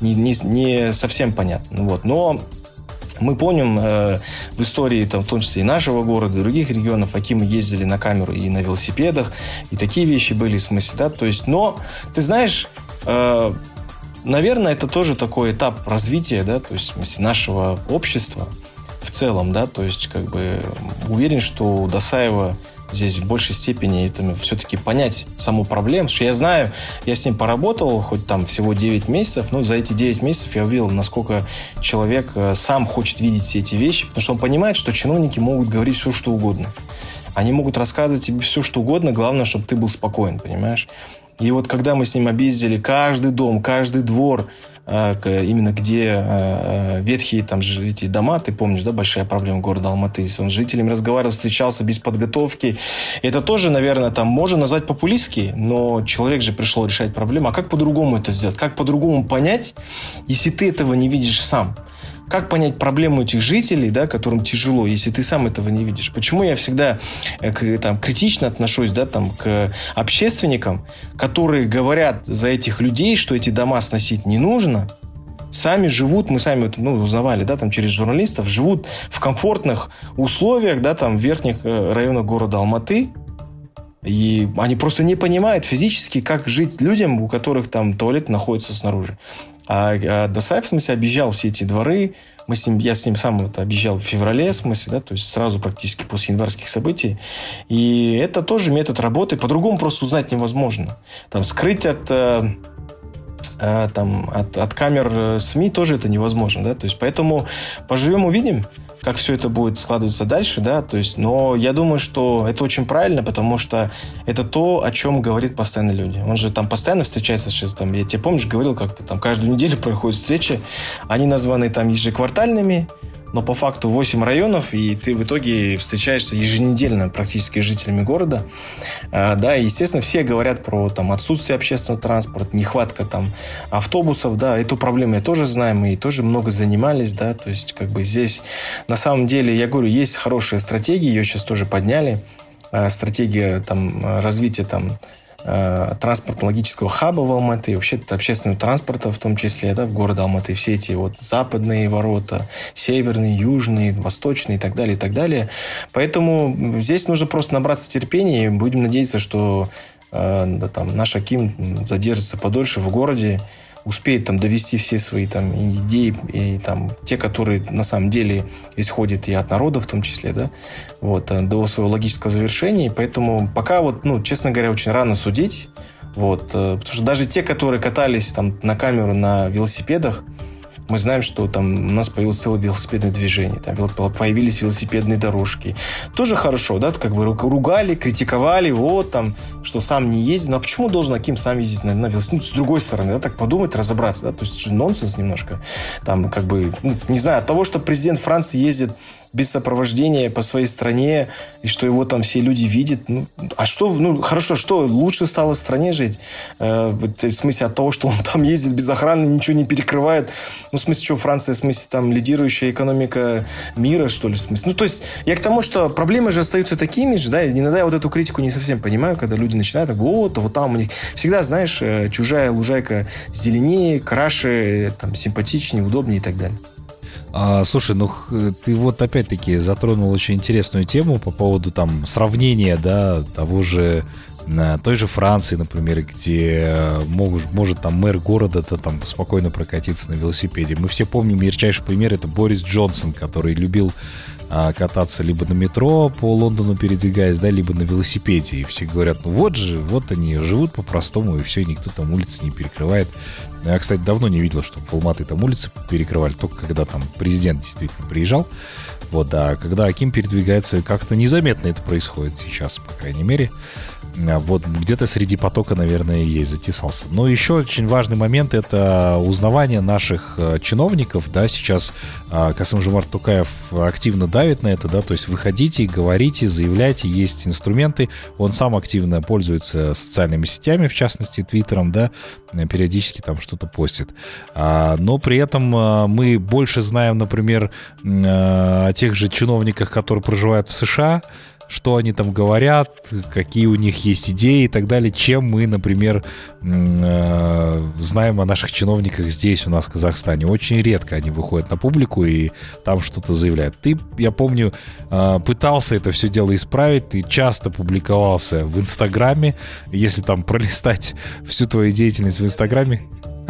не совсем понятно, вот, но мы помним в истории, там, в том числе и нашего города, и других регионов, акимы ездили на камеру и на велосипедах, и такие вещи были, в смысле, да, то есть, но, ты знаешь, наверное, это тоже такой этап развития, да, то есть, в смысле, нашего общества в целом, да, то есть, как бы, уверен, что у Досаева здесь в большей степени это все-таки понять саму проблему. Потому что я знаю, я с ним поработал, хоть там всего 9 месяцев, но за эти 9 месяцев я увидел, насколько человек сам хочет видеть все эти вещи, потому что он понимает, что чиновники могут говорить все, что угодно. Они могут рассказывать тебе все, что угодно, главное, чтобы ты был спокоен, понимаешь? И вот когда мы с ним объездили каждый дом, каждый двор, именно где ветхие там эти дома, ты помнишь, да, большая проблема города Алматы. Он с жителями разговаривал, встречался без подготовки. Это тоже, наверное, там можно назвать популистски, но человек же пришел решать проблему. А как по-другому это сделать? Как по-другому понять, если ты этого не видишь сам? Как понять проблему этих жителей, да, которым тяжело, если ты сам этого не видишь? Почему я всегда там, критично отношусь, да, там, к общественникам, которые говорят за этих людей, что эти дома сносить не нужно, сами живут, мы сами узнавали, да, там, через журналистов, живут в комфортных условиях, да, там, в верхних районах города Алматы. И они просто не понимают физически, как жить людям, у которых там туалет находится снаружи. А Досаев, в смысле, объезжал все эти дворы. Я с ним сам это объезжал в феврале, в смысле, да, то есть сразу практически после январских событий. И это тоже метод работы. По-другому просто узнать невозможно. Там скрыть от камер СМИ тоже это невозможно, да. То есть поэтому поживем, увидим, как все это будет складываться дальше, да, то есть, но я думаю, что это очень правильно, потому что это то, о чем говорят постоянно люди. Он же там постоянно встречается сейчас, там, я тебе, помнишь, говорил как-то, там, каждую неделю проходят встречи, они названы там ежеквартальными, но по факту 8 районов, и ты в итоге встречаешься еженедельно практически с жителями города. Да, и, естественно, все говорят про там, отсутствие общественного транспорта, нехватка там, автобусов. Да, эту проблему я тоже знаю, мы тоже много занимались. Да, то есть, как бы здесь, на самом деле, я говорю, есть хорошая стратегия, ее сейчас тоже подняли. Стратегия там, развития там, транспортно-логического хаба в Алматы, вообще общественного транспорта в том числе, да, в городе Алматы, все эти вот западные ворота, северные, южные, восточные и так далее, и так далее. Поэтому здесь нужно просто набраться терпения и будем надеяться, что да, там, наш аким задержится подольше в городе, успеет там довести все свои там идеи и там те, которые на самом деле исходят и от народа в том числе, да, вот, до своего логического завершения. И поэтому пока вот, честно говоря, очень рано судить, вот, потому что даже те, которые катались там на камеру на велосипедах, мы знаем, что там у нас появилось целое велосипедное движение, там появились велосипедные дорожки. Тоже хорошо, да, как бы ругали, критиковали, вот там, что сам не ездит. Ну, а почему должен аким сам ездить на велосипеде? С другой стороны, да, так подумать, разобраться, да, то есть это же нонсенс немножко. Там, как бы, не знаю, от того, что президент Франции ездит без сопровождения по своей стране, и что его там все люди видят. Ну, а что, ну, хорошо, что лучше стало в стране жить? В смысле от того, что он там ездит без охраны, ничего не перекрывает. Ну, в смысле, что Франция, в смысле, там, лидирующая экономика мира, что ли, в смысле? Ну, то есть, я к тому, что проблемы же остаются такими же, да, и иногда я вот эту критику не совсем понимаю, когда люди начинают, вот там у них всегда, знаешь, чужая лужайка зеленее, краше, там, симпатичнее, удобнее и так далее. Слушай, ну ты вот опять-таки затронул очень интересную тему по поводу там сравнения, да, того же той же Франции, например, где может там мэр города-то там спокойно прокатиться на велосипеде. Мы все помним ярчайший пример, это Борис Джонсон, который любил кататься либо на метро по Лондону передвигаясь, да, либо на велосипеде. И все говорят, ну вот же, вот они живут по-простому, и все, никто там улицы не перекрывает. Я, кстати, давно не видел, что в Алматы там улицы перекрывали, только когда там президент действительно приезжал. Вот, а когда Аким передвигается, как-то незаметно это происходит сейчас, по крайней мере. Вот где-то среди потока, наверное, есть, затесался. Но еще очень важный момент — это узнавание наших чиновников, да, сейчас Касым-Жомарт Токаев активно давит на это, да, то есть выходите, говорите, заявляйте, есть инструменты, он сам активно пользуется социальными сетями, в частности, Твиттером, да, периодически там что-то постит. Но при этом мы больше знаем, например, о тех же чиновниках, которые проживают в США, что они там говорят, какие у них есть идеи и так далее, чем мы, например, знаем о наших чиновниках здесь у нас в Казахстане. Очень редко они выходят на публику и там что-то заявляют. Ты, я помню, пытался это все дело исправить, ты часто публиковался в Инстаграме, если там пролистать всю твою деятельность в Инстаграме.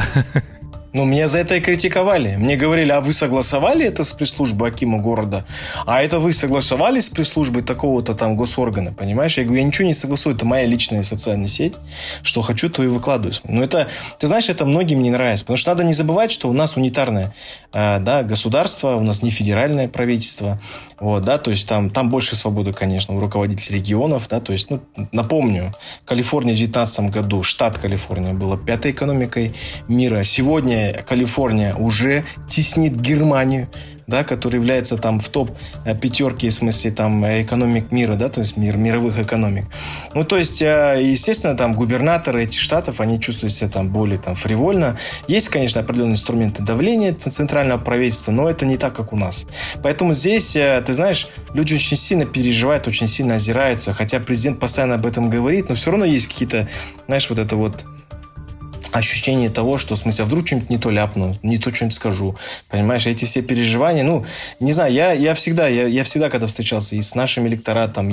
Ну, меня за это и критиковали. Мне говорили, а вы согласовали это с пресс-службой Акима города? А это вы согласовали с пресс-службой такого-то там госоргана, понимаешь? Я говорю, я ничего не согласую, это моя личная социальная сеть. Что хочу, то и выкладываю. Но это, ты знаешь, это многим не нравится. Потому что надо не забывать, что у нас унитарное государство, у нас не федеральное правительство. Вот, да, то есть там больше свободы, конечно, у руководителей регионов, да, то есть, ну, напомню, Калифорния в 2019 году, штат Калифорния была 5-й экономикой мира. Сегодня Калифорния уже теснит Германию, да, который является там в топ-5, в смысле там экономик мира, да, то есть мировых экономик. Ну, то есть, естественно, там губернаторы этих штатов, они чувствуют себя там более там фривольно. Есть, конечно, определенные инструменты давления центрального правительства, но это не так, как у нас. Поэтому здесь, ты знаешь, люди очень сильно переживают, очень сильно озираются, хотя президент постоянно об этом говорит, но все равно есть какие-то, знаешь, вот это вот ощущение того, что, в смысле, а вдруг что-нибудь не то ляпну, не то что-нибудь скажу. Понимаешь, эти все переживания, ну, не знаю, я всегда, когда встречался и с нашим электоратом,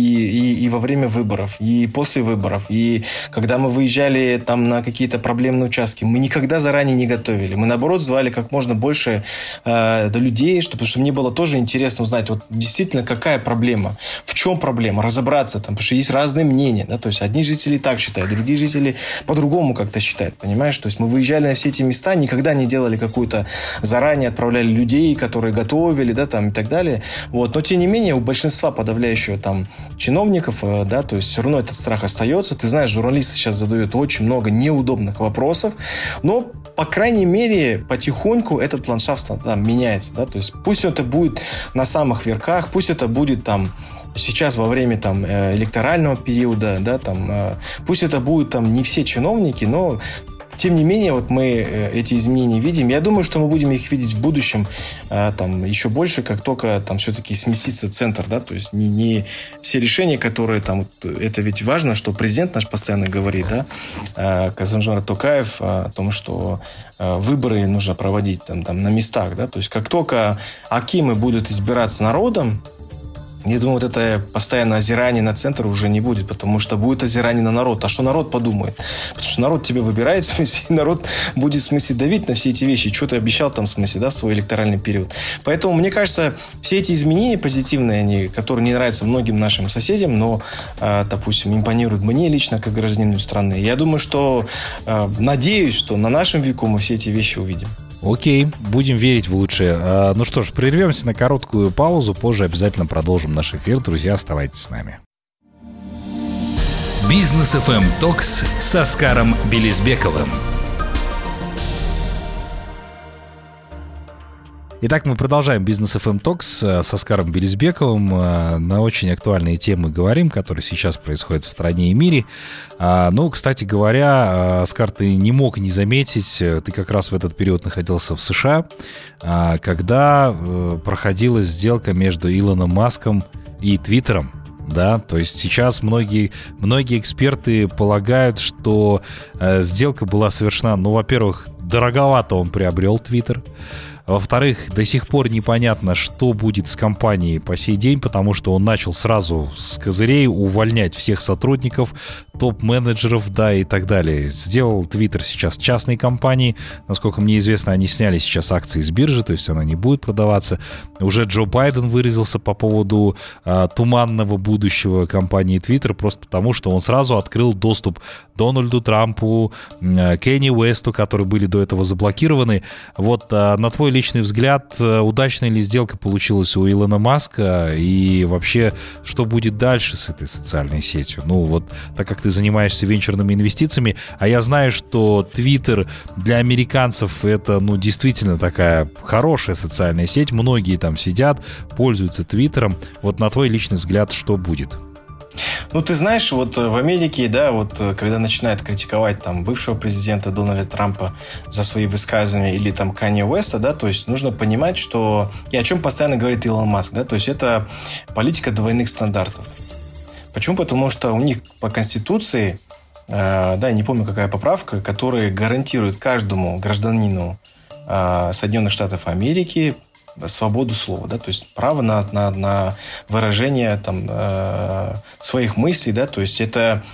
и во время выборов, и после выборов, и когда мы выезжали там на какие-то проблемные участки, мы никогда заранее не готовили. Мы, наоборот, звали как можно больше людей, потому что мне было тоже интересно узнать, вот действительно, какая проблема, в чем проблема, разобраться там, потому что есть разные мнения, да, то есть одни жители так считают, другие жители по-другому как-то считают. Понимаешь? То есть мы выезжали на все эти места, никогда не делали какую-то заранее, отправляли людей, которые готовили, да, там и так далее. Вот. Но тем не менее, у большинства подавляющего там чиновников, да, то есть все равно этот страх остается. Ты знаешь, журналисты сейчас задают очень много неудобных вопросов, но, по крайней мере, потихоньку этот ландшафт там меняется, да, то есть пусть это будет на самых верхах, пусть это будет там сейчас во время там электорального периода, да, там, пусть это будут там не все чиновники, но тем не менее вот мы эти изменения видим. Я думаю, что мы будем их видеть в будущем там еще больше, как только там все-таки сместится центр, да, то есть не все решения, которые там, это ведь важно, что президент наш постоянно говорит, да, Касым-Жомарт Токаев о том, что выборы нужно проводить там на местах, да, то есть как только акимы будут избираться народом, я думаю, вот это постоянное озирание на центр уже не будет, потому что будет озирание на народ. А что народ подумает? Потому что народ тебя выбирает, в смысле, народ будет, в смысле, давить на все эти вещи. Что ты обещал там, в смысле, да, в свой электоральный период. Поэтому, мне кажется, все эти изменения позитивные, они, которые не нравятся многим нашим соседям, но, допустим, импонируют мне лично, как гражданину страны. Я думаю, что, надеюсь, что на нашем веку мы все эти вещи увидим. Окей, будем верить в лучшее. Ну что ж, прервемся на короткую паузу, позже обязательно продолжим наш эфир. Друзья, оставайтесь с нами. Бизнес FM Talks с Оскаром Белизбековым. Итак, мы продолжаем Business FM Talks с Оскаром Белизбековым. На очень актуальные темы говорим, которые сейчас происходят в стране и мире. Ну, кстати говоря, Оскар, ты не мог не заметить, ты как раз в этот период находился в США, когда проходила сделка между Илоном Маском и Твиттером. Да, то есть сейчас многие эксперты полагают, что сделка была совершена, ну, во-первых, дороговато он приобрел Твиттер. Во-вторых, до сих пор непонятно, что будет с компанией по сей день, потому что он начал сразу с козырей увольнять всех сотрудников, топ-менеджеров, да, и так далее. Сделал Twitter сейчас частной компанией. Насколько мне известно, они сняли сейчас акции с биржи, то есть она не будет продаваться. Уже Джо Байден выразился по поводу туманного будущего компании Twitter, просто потому что он сразу открыл доступ Дональду Трампу, Кенни Уэсту, которые были до этого заблокированы. Вот на твой личный взгляд, удачная ли сделка получилась у Илона Маска, и вообще, что будет дальше с этой социальной сетью? Ну вот, так как ты занимаешься венчурными инвестициями, а я знаю, что Twitter для американцев это, ну, действительно такая хорошая социальная сеть, многие там сидят, пользуются Твиттером. Вот на твой личный взгляд, что будет? Ну, ты знаешь, вот в Америке, да, вот когда начинают критиковать там бывшего президента Дональда Трампа за свои высказывания или там Канье Уэста, да, то есть нужно понимать, что... И о чем постоянно говорит Илон Маск, да, то есть это политика двойных стандартов. Почему? Потому что у них по Конституции, да, не помню, какая поправка, которая гарантирует каждому гражданину Соединенных Штатов Америки свободу слова, да, то есть право на выражение там, своих мыслей, да, то есть это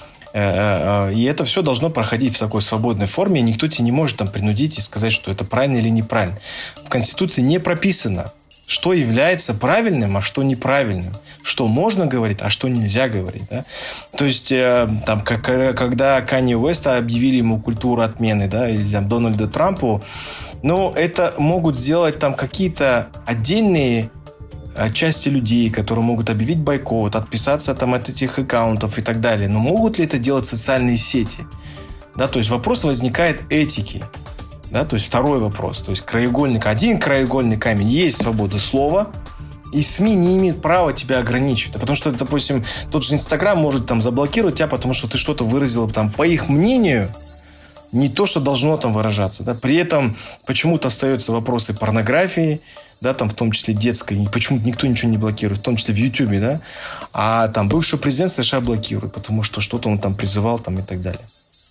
и это все должно проходить в такой свободной форме, и никто тебе не может там принудить и сказать, что это правильно или неправильно. В Конституции не прописано, что является правильным, а что неправильным, что можно говорить, а что нельзя говорить, да? То есть там, когда Канье Уэста объявили ему культуру отмены, да, или там Дональду Трампу, ну, это могут сделать там какие-то отдельные части людей, которые могут объявить бойкот, отписаться там от этих аккаунтов и так далее. Но могут ли это делать социальные сети? Да, то есть вопрос возникает этики. Да, то есть второй вопрос. То есть один краеугольный камень. Есть свобода слова, и СМИ не имеют права тебя ограничивать. Потому что, допустим, тот же Инстаграм может там заблокировать тебя, потому что ты что-то выразил там, по их мнению, не то, что должно там выражаться. Да? При этом почему-то остаются вопросы порнографии, да, там в том числе детской, и почему-то никто ничего не блокирует, в том числе в Ютубе, да, а там бывший президент США блокирует, потому что что-то он там призывал там и так далее.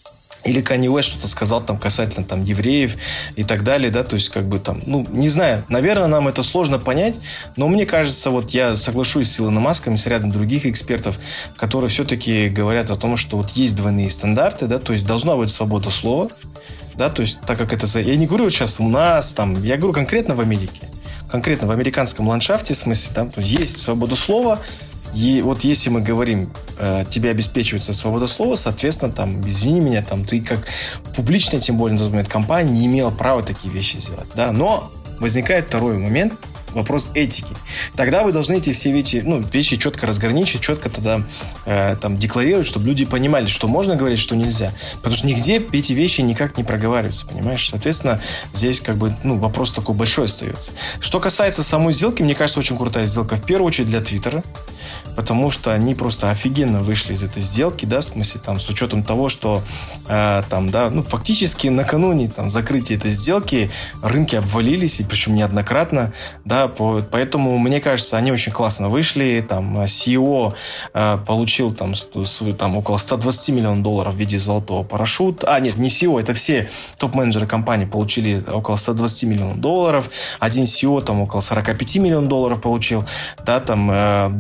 Или Канье Уэст что-то сказал там касательно там евреев и так далее, да, то есть как бы там, ну, не знаю, наверное, нам это сложно понять, но мне кажется, вот я соглашусь с Илоном Маском и с рядом других экспертов, которые все-таки говорят о том, что вот есть двойные стандарты, да, то есть должна быть свобода слова, да, то есть так как это... Я не говорю сейчас у нас там, я говорю конкретно в Америке, конкретно в американском ландшафте, в смысле, там то есть свобода слова. И вот если мы говорим, тебе обеспечивается свобода слова, соответственно, там, извини меня, там, ты как публичная, тем более, на тот момент, компания не имела права такие вещи сделать, да, но возникает второй момент, вопрос этики. Тогда вы должны эти все вещи четко разграничить, четко тогда там декларировать, чтобы люди понимали, что можно говорить, что нельзя. Потому что нигде эти вещи никак не проговариваются, понимаешь? Соответственно, здесь как бы вопрос такой большой остается. Что касается самой сделки, мне кажется, очень крутая сделка в первую очередь для Твиттера, потому что они просто офигенно вышли из этой сделки, да, в смысле там с учетом того, что там, да, фактически накануне там закрытия этой сделки рынки обвалились, и причем неоднократно, да, поэтому, мне кажется, они очень классно вышли. Там CEO получил там около $120 миллионов в виде золотого парашюта. Нет, не CEO, это все топ-менеджеры компании получили около $120 миллионов. Один CEO там около $45 миллионов получил. Да, там,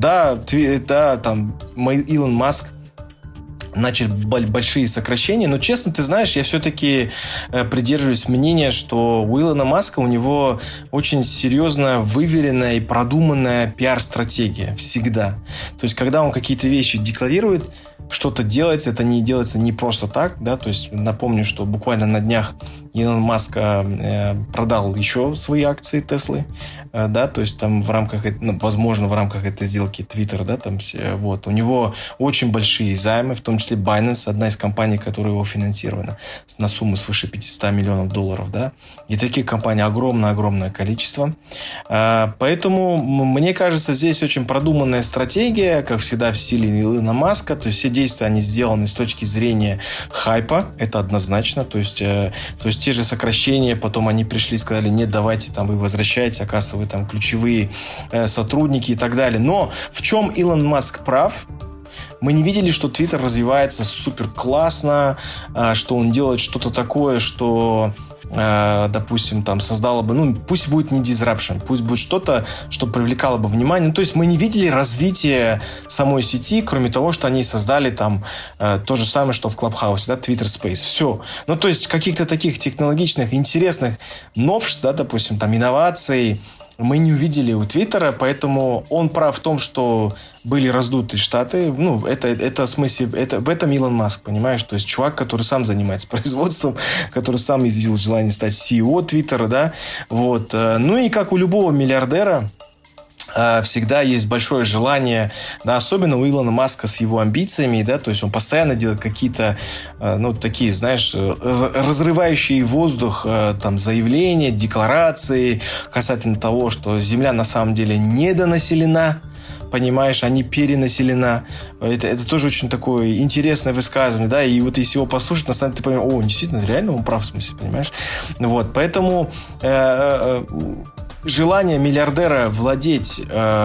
там Илон Маск начали большие сокращения, но, честно, ты знаешь, я все-таки придерживаюсь мнения, что у Илона Маска у него очень серьезная, выверенная и продуманная пиар-стратегия всегда. То есть, когда он какие-то вещи декларирует, что-то делать, это не делается не просто так, да, то есть напомню, что буквально на днях Илон Маск продал еще свои акции Теслы, да, то есть там в рамках, возможно, в рамках этой сделки Twitter, да, там вот, у него очень большие займы, в том числе Binance, одна из компаний, которая его финансирована, на сумму свыше $500 миллионов, да, и таких компаний огромное количество, поэтому, мне кажется, здесь очень продуманная стратегия, как всегда в стиле Илона Маска, то есть все действия, они сделаны с точки зрения хайпа, это однозначно, то есть те же сокращения, потом они пришли и сказали, нет, давайте, там, вы возвращаете, оказывается, вы там ключевые сотрудники и так далее. Но в чем Илон Маск прав? Мы не видели, что Twitter развивается супер классно, что он делает что-то такое, что, допустим, там создало бы, пусть будет не disruption, пусть будет что-то, что привлекало бы внимание. То есть мы не видели развития самой сети, кроме того, что они создали там то же самое, что в Clubhouse, да, Twitter Space. Все. То есть каких-то таких технологичных, интересных новшеств, да, допустим, там инноваций мы не увидели у Твиттера, поэтому он прав в том, что были раздуты Штаты. Это в смысле, в этом Илон Маск, понимаешь? То есть чувак, который сам занимается производством, который сам изъявил желание стать CEO Твиттера, да, вот. И как у любого миллиардера, всегда есть большое желание, да, особенно у Илона Маска с его амбициями, да, то есть он постоянно делает какие-то, такие, знаешь, разрывающие воздух там заявления, декларации касательно того, что Земля на самом деле недонаселена, понимаешь, а не перенаселена. Это тоже очень такое интересное высказывание, да, и вот если его послушать, на самом деле ты понимаешь, действительно, реально он прав, в смысле, понимаешь? Вот, поэтому желание миллиардера владеть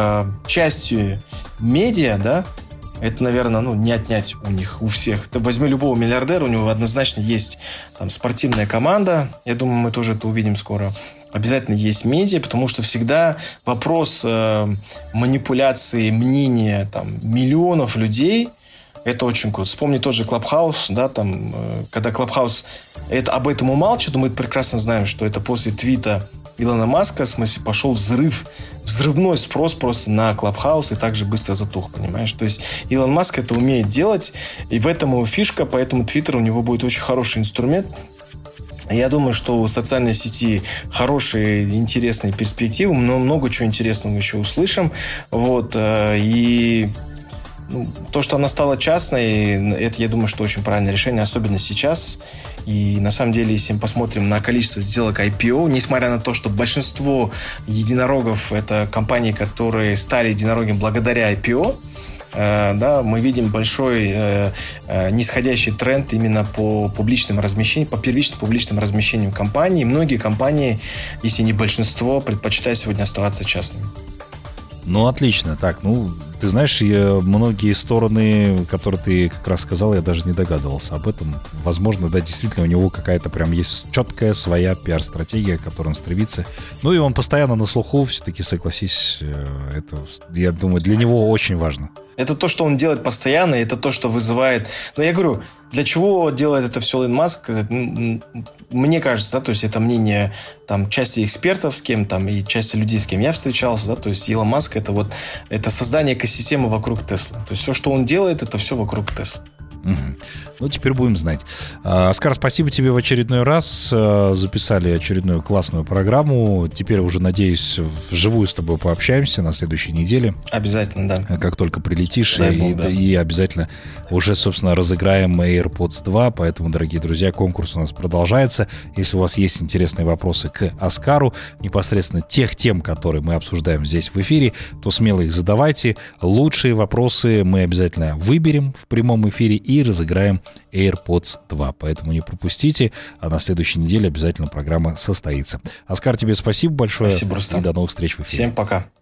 частью медиа, да, это, наверное, не отнять у них, у всех. Ты возьми любого миллиардера, у него однозначно есть там спортивная команда. Я думаю, мы тоже это увидим скоро. Обязательно есть медиа, потому что всегда вопрос манипуляции мнения там миллионов людей. Это очень круто. Вспомни тот же Clubhouse, да, там, когда Clubhouse об этом умалчивает, мы прекрасно знаем, что это после твита Илона Маска, в смысле, пошел взрывной спрос просто на Clubhouse и также быстро затух, понимаешь? То есть Илон Маск это умеет делать, и в этом его фишка, поэтому Twitter у него будет очень хороший инструмент. Я думаю, что у социальной сети хорошие, интересные перспективы, но много чего интересного еще услышим. Вот, и то, что она стала частной, это, я думаю, что очень правильное решение, особенно сейчас. И на самом деле, если мы посмотрим на количество сделок IPO, несмотря на то, что большинство единорогов — это компании, которые стали единорогами благодаря IPO, да, мы видим большой нисходящий тренд именно по публичным размещениям, по первичным публичным размещениям компаний. Многие компании, если не большинство, предпочитают сегодня оставаться частными. Отлично. Так, ты знаешь, многие стороны, которые ты как раз сказал, я даже не догадывался об этом. Возможно, да, действительно, у него какая-то прям есть четкая своя пиар-стратегия, к которой он стремится. И он постоянно на слуху, все-таки, согласись, это, я думаю, для него очень важно. Это то, что он делает постоянно, это то, что вызывает... я говорю, для чего делает это все Илон Маск? Мне кажется, да, то есть это мнение там части экспертов, с кем там, и части людей, с кем я встречался, да, то есть Илон Маск это создание экосистемы вокруг Теслы. То есть все, что он делает, это все вокруг Теслы. Теперь будем знать. Оскар, спасибо тебе в очередной раз. Записали очередную классную программу. Теперь уже, надеюсь, вживую с тобой пообщаемся на следующей неделе. Обязательно, да. Как только прилетишь. Дай Бог, да. И обязательно уже, собственно, разыграем AirPods 2. Поэтому, дорогие друзья, конкурс у нас продолжается. Если у вас есть интересные вопросы к Оскару, непосредственно тех тем, которые мы обсуждаем здесь в эфире, то смело их задавайте. Лучшие вопросы мы обязательно выберем в прямом эфире и разыграем AirPods 2. Поэтому не пропустите, а на следующей неделе обязательно программа состоится. Оскар, тебе спасибо большое. Спасибо, Рустам. И до новых встреч в эфире. Всем пока.